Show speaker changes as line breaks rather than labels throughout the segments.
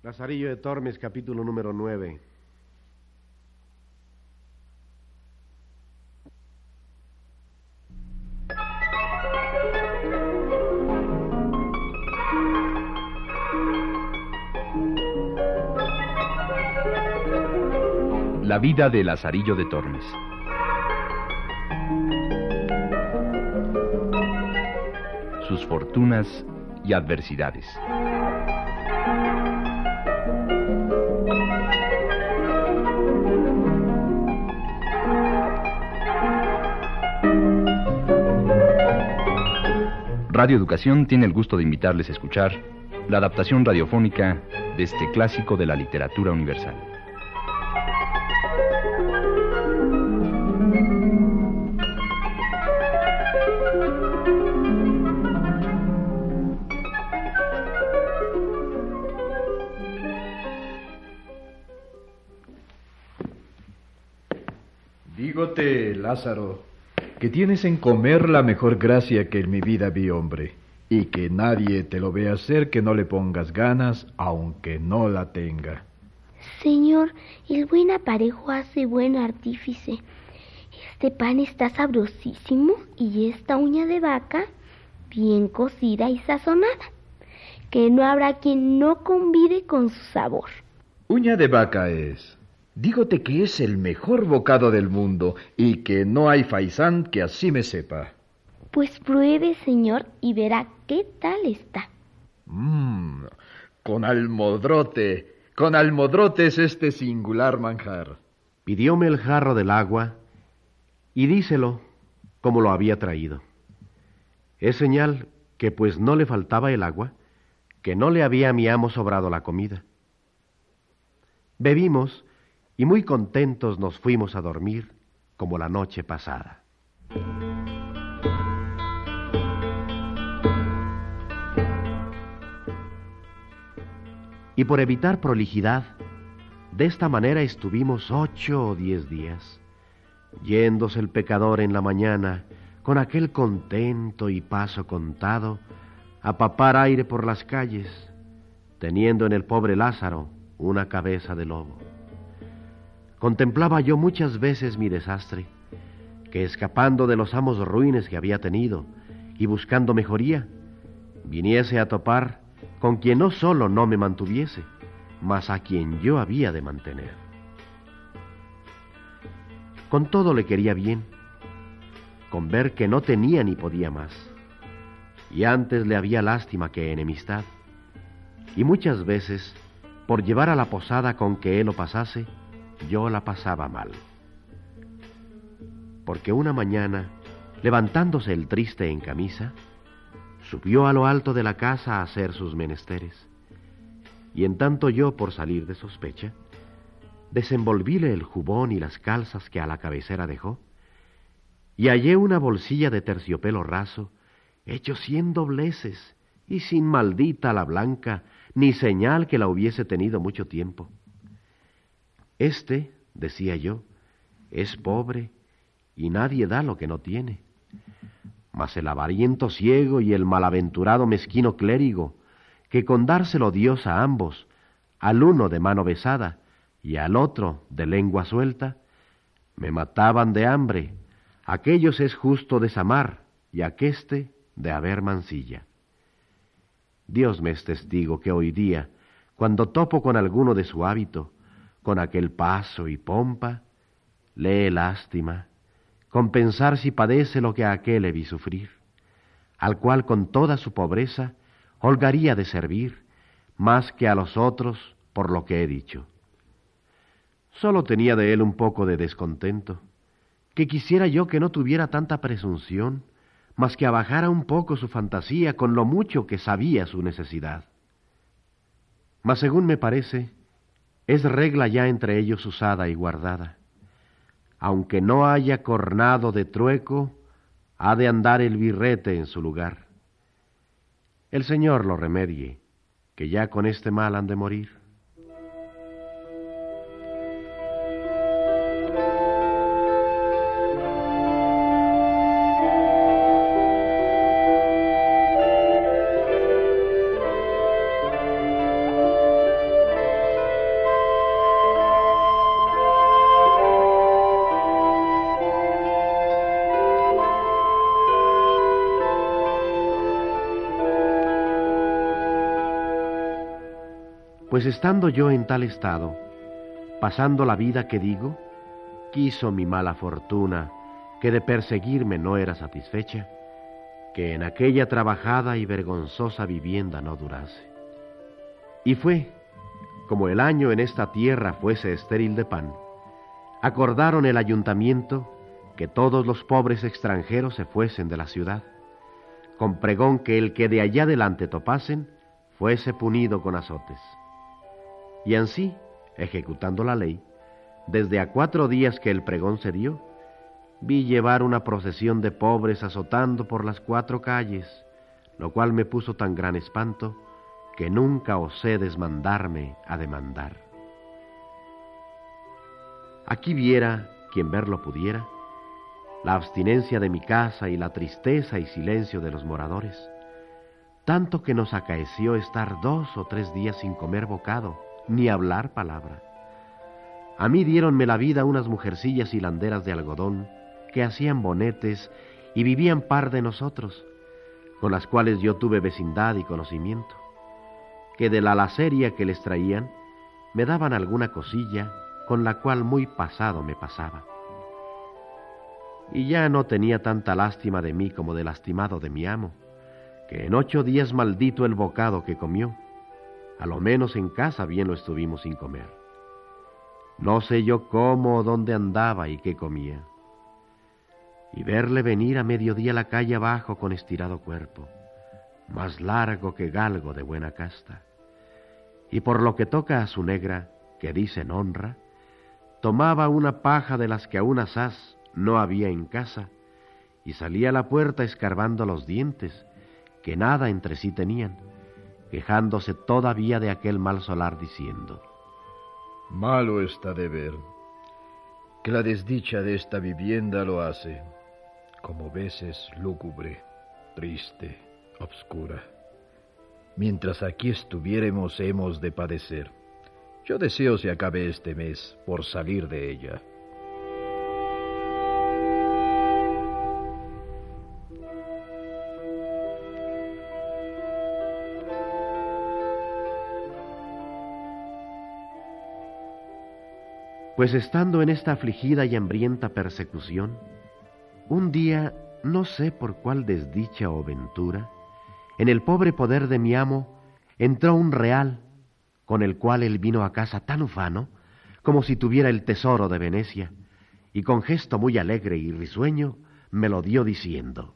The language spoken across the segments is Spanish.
Lazarillo de Tormes, capítulo número 9.
La vida de Lazarillo de Tormes. Sus fortunas y adversidades. Radio Educación tiene el gusto de invitarles a escuchar la adaptación radiofónica de este clásico de la literatura universal.
Dígote, Lázaro, que tienes en comer la mejor gracia que en mi vida vi, hombre, y que nadie te lo ve hacer que no le pongas ganas, aunque no la tenga.
Señor, el buen aparejo hace buen artífice. Este pan está sabrosísimo y esta uña de vaca bien cocida y sazonada, que no habrá quien no convide con su sabor.
Uña de vaca es. Dígote que es el mejor bocado del mundo y que no hay faisán que así me sepa.
Pues pruebe, señor, y verá qué tal está.
Con almodrote es este singular manjar.
Pidióme el jarro del agua y díselo como lo había traído. Es señal que pues no le faltaba el agua, que no le había a mi amo sobrado la comida. Bebimos y muy contentos nos fuimos a dormir como la noche pasada. Y por evitar prolijidad, de esta manera estuvimos 8 o 10 días, yéndose el pecador en la mañana, con aquel contento y paso contado, a papar aire por las calles, teniendo en el pobre Lázaro una cabeza de lobo. Contemplaba yo muchas veces mi desastre, que escapando de los amos ruines que había tenido y buscando mejoría, viniese a topar con quien no solo no me mantuviese, mas a quien yo había de mantener. Con todo le quería bien, con ver que no tenía ni podía más, y antes le había lástima que enemistad, y muchas veces, por llevar a la posada con que él lo pasase, yo la pasaba mal. Porque una mañana, levantándose el triste en camisa, subió a lo alto de la casa a hacer sus menesteres, y en tanto yo, por salir de sospecha, desenvolvíle el jubón y las calzas que a la cabecera dejó, y hallé una bolsilla de terciopelo raso, hecho 100 dobleces, y sin maldita la blanca, ni señal que la hubiese tenido mucho tiempo. Este, decía yo, es pobre, y nadie da lo que no tiene. Mas el avariento ciego y el malaventurado mezquino clérigo, que con dárselo Dios a ambos, al uno de mano besada y al otro de lengua suelta, me mataban de hambre. Aquellos es justo desamar, y aqueste de haber mancilla. Dios me es testigo que hoy día, cuando topo con alguno de su hábito, con aquel paso y pompa, lee lástima, con pensar si padece lo que a aquel le vi sufrir, al cual con toda su pobreza holgaría de servir, más que a los otros por lo que he dicho. Solo tenía de él un poco de descontento, que quisiera yo que no tuviera tanta presunción, mas que abajara un poco su fantasía con lo mucho que sabía su necesidad. Mas según me parece, es regla ya entre ellos usada y guardada. Aunque no haya cornado de trueco, ha de andar el birrete en su lugar. El Señor lo remedie, que ya con este mal han de morir. Pues estando yo en tal estado, pasando la vida que digo, quiso mi mala fortuna, que de perseguirme no era satisfecha, que en aquella trabajada y vergonzosa vivienda no durase. Y fue, como el año en esta tierra fuese estéril de pan, acordaron el ayuntamiento que todos los pobres extranjeros se fuesen de la ciudad, con pregón que el que de allá adelante topasen fuese punido con azotes. Y ansí, ejecutando la ley, desde a 4 días que el pregón se dio, vi llevar una procesión de pobres azotando por las 4 calles, lo cual me puso tan gran espanto que nunca osé desmandarme a demandar. Aquí viera, quien verlo pudiera, la abstinencia de mi casa y la tristeza y silencio de los moradores, tanto que nos acaeció estar 2 o 3 días sin comer bocado, ni hablar palabra. A mí diéronme la vida unas mujercillas hilanderas de algodón que hacían bonetes y vivían par de nosotros, con las cuales yo tuve vecindad y conocimiento, que de la laceria que les traían me daban alguna cosilla con la cual muy pasado me pasaba. Y ya no tenía tanta lástima de mí como de lastimado de mi amo, que en 8 días maldito el bocado que comió. A lo menos en casa bien lo estuvimos sin comer. No sé yo cómo o dónde andaba y qué comía. Y verle venir a mediodía la calle abajo con estirado cuerpo, más largo que galgo de buena casta. Y por lo que toca a su negra, que dicen honra, tomaba una paja de las que aún asaz no había en casa, y salía a la puerta escarbando los dientes, que nada entre sí tenían, quejándose todavía de aquel mal solar, diciendo:
malo está de ver, que la desdicha de esta vivienda lo hace, como ves es lúgubre, triste, obscura. Mientras aquí estuviéremos hemos de padecer. Yo deseo se acabe este mes por salir de ella.
Pues estando en esta afligida y hambrienta persecución, un día, no sé por cuál desdicha o ventura, en el pobre poder de mi amo entró un real, con el cual él vino a casa tan ufano, como si tuviera el tesoro de Venecia, y con gesto muy alegre y risueño me lo dio diciendo: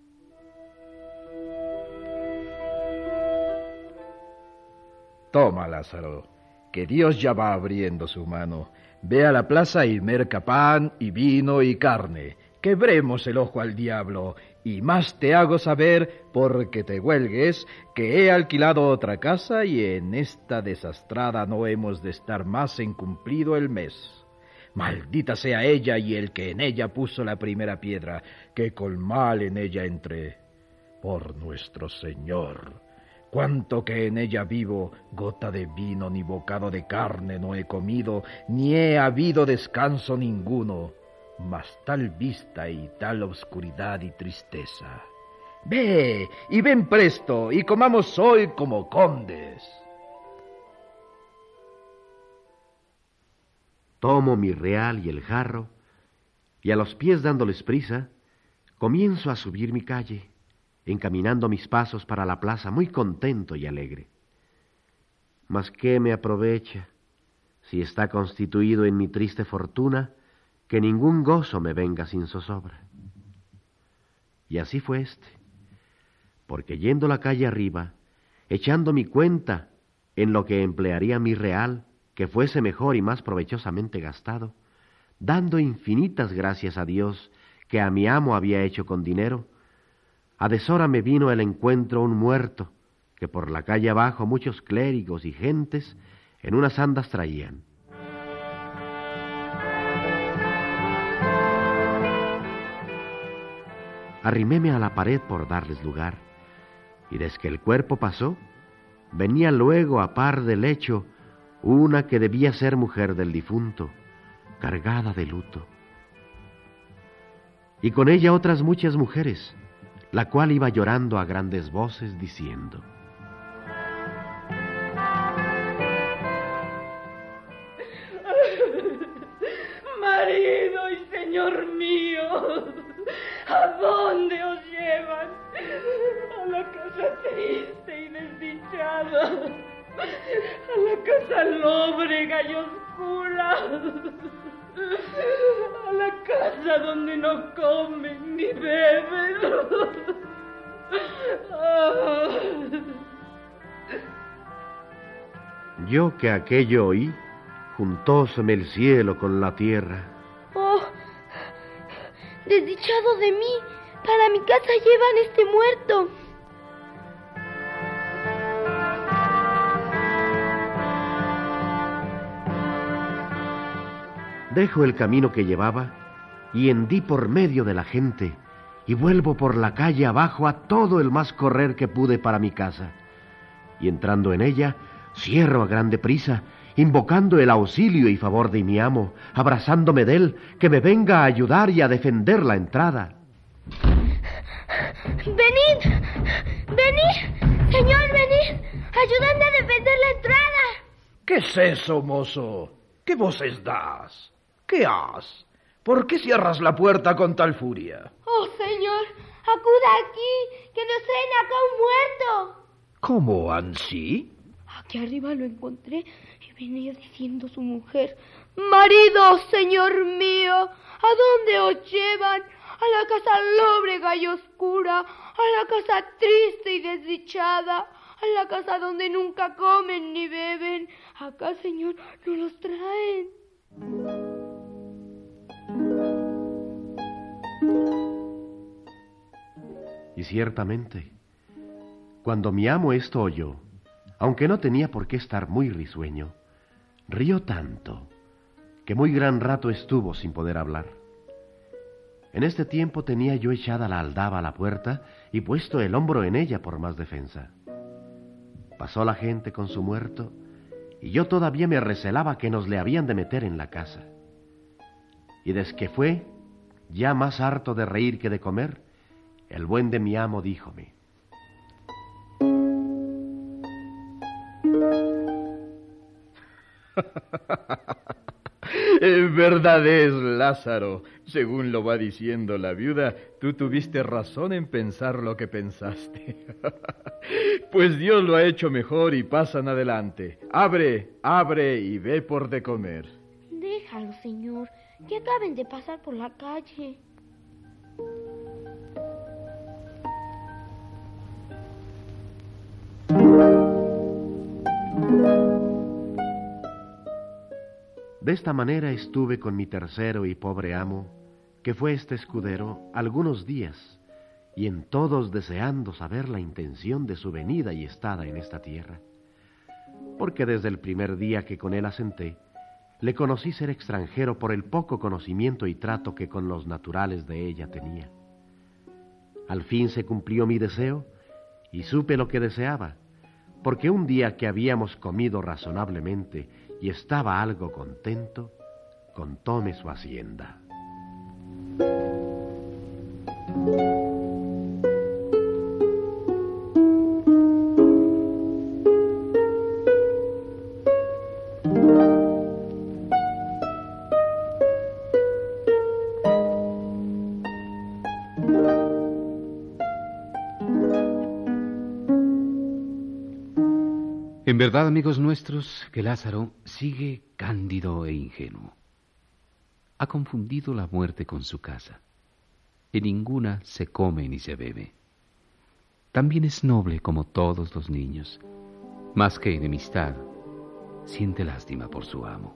Toma, Lázaro, que Dios ya va abriendo su mano. Ve a la plaza y merca pan y vino y carne. Quebremos el ojo al diablo, y más te hago saber, porque te huelgues, que he alquilado otra casa y en esta desastrada no hemos de estar más en cumplido el mes. Maldita sea ella y el que en ella puso la primera piedra, que con mal en ella entré. Por nuestro Señor, cuanto que en ella vivo, gota de vino ni bocado de carne no he comido, ni he habido descanso ninguno, mas tal vista y tal obscuridad y tristeza. Ve, y ven presto, y comamos hoy como condes.
Tomo mi real y el jarro, y a los pies dándoles prisa, comienzo a subir mi calle, encaminando mis pasos para la plaza muy contento y alegre. Mas ¿qué me aprovecha, si está constituido en mi triste fortuna, que ningún gozo me venga sin zozobra? Y así fue porque yendo la calle arriba, echando mi cuenta en lo que emplearía mi real, que fuese mejor y más provechosamente gastado, dando infinitas gracias a Dios que a mi amo había hecho con dinero, a deshora me vino al encuentro un muerto, que por la calle abajo muchos clérigos y gentes en unas andas traían. Arriméme a la pared por darles lugar, y desde que el cuerpo pasó, venía luego a par del lecho una que debía ser mujer del difunto, cargada de luto, y con ella otras muchas mujeres, la cual iba llorando a grandes voces diciendo:
casa lóbrega y oscura, a la casa donde no comen ni beben.
Yo que aquello oí, juntóseme el cielo con la tierra.
¡Oh! Desdichado de mí, para mi casa llevan este muerto.
Dejo el camino que llevaba y hendí por medio de la gente y vuelvo por la calle abajo a todo el más correr que pude para mi casa. Y entrando en ella, cierro a grande prisa, invocando el auxilio y favor de mi amo, abrazándome de él, que me venga a ayudar y a defender la entrada.
¡Venid! ¡Venid! ¡Señor, venid! ¡Ayudadme a defender la entrada!
¿Qué es eso, mozo? ¿Qué voces das? ¿Qué has? ¿Por qué cierras la puerta con tal furia?
¡Oh, señor! ¡Acuda aquí! ¡Que nos traen acá un muerto!
¿Cómo ansí?
Aquí arriba lo encontré y venía diciendo su mujer: marido, señor mío, ¿a dónde os llevan? A la casa lóbrega y oscura, a la casa triste y desdichada, a la casa donde nunca comen ni beben. Acá, señor, nos los traen.
Y ciertamente, cuando mi amo esto oyó, aunque no tenía por qué estar muy risueño, rió tanto que muy gran rato estuvo sin poder hablar. En este tiempo tenía yo echada la aldaba a la puerta y puesto el hombro en ella por más defensa. Pasó la gente con su muerto y yo todavía me recelaba que nos le habían de meter en la casa. Y desde que fue, ya más harto de reír que de comer, el buen de mi amo díjome:
Verdad es, Lázaro. Según lo va diciendo la viuda, tú tuviste razón en pensar lo que pensaste. Pues Dios lo ha hecho mejor y pasan adelante. Abre, abre y ve por de comer.
Déjalo, señor, que acaben de pasar por la calle.
De esta manera estuve con mi tercero y pobre amo, que fue este escudero, algunos días, y en todos deseando saber la intención de su venida y estada en esta tierra. Porque desde el primer día que con él asenté, le conocí ser extranjero por el poco conocimiento y trato que con los naturales de ella tenía. Al fin se cumplió mi deseo y supe lo que deseaba, porque un día que habíamos comido razonablemente y estaba algo contento, contóme su hacienda.
En verdad, amigos nuestros, que Lázaro sigue cándido e ingenuo. Ha confundido la muerte con su casa. En ninguna se come ni se bebe. También es noble como todos los niños. Más que enemistad, siente lástima por su amo.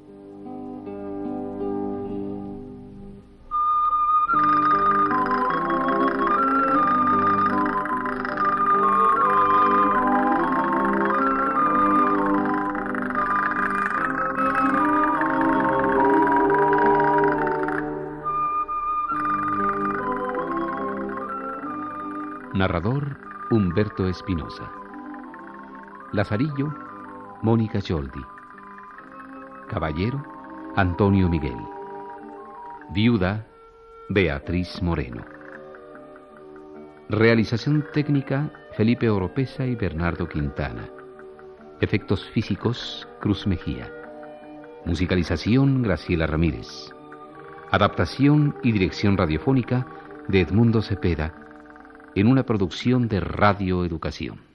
Narrador, Humberto Espinosa. Lazarillo, Mónica Yoldi. Caballero, Antonio Miguel. Viuda, Beatriz Moreno. Realización técnica, Felipe Oropesa y Bernardo Quintana. Efectos físicos, Cruz Mejía. Musicalización, Graciela Ramírez. Adaptación y dirección radiofónica de Edmundo Cepeda, en una producción de Radio Educación.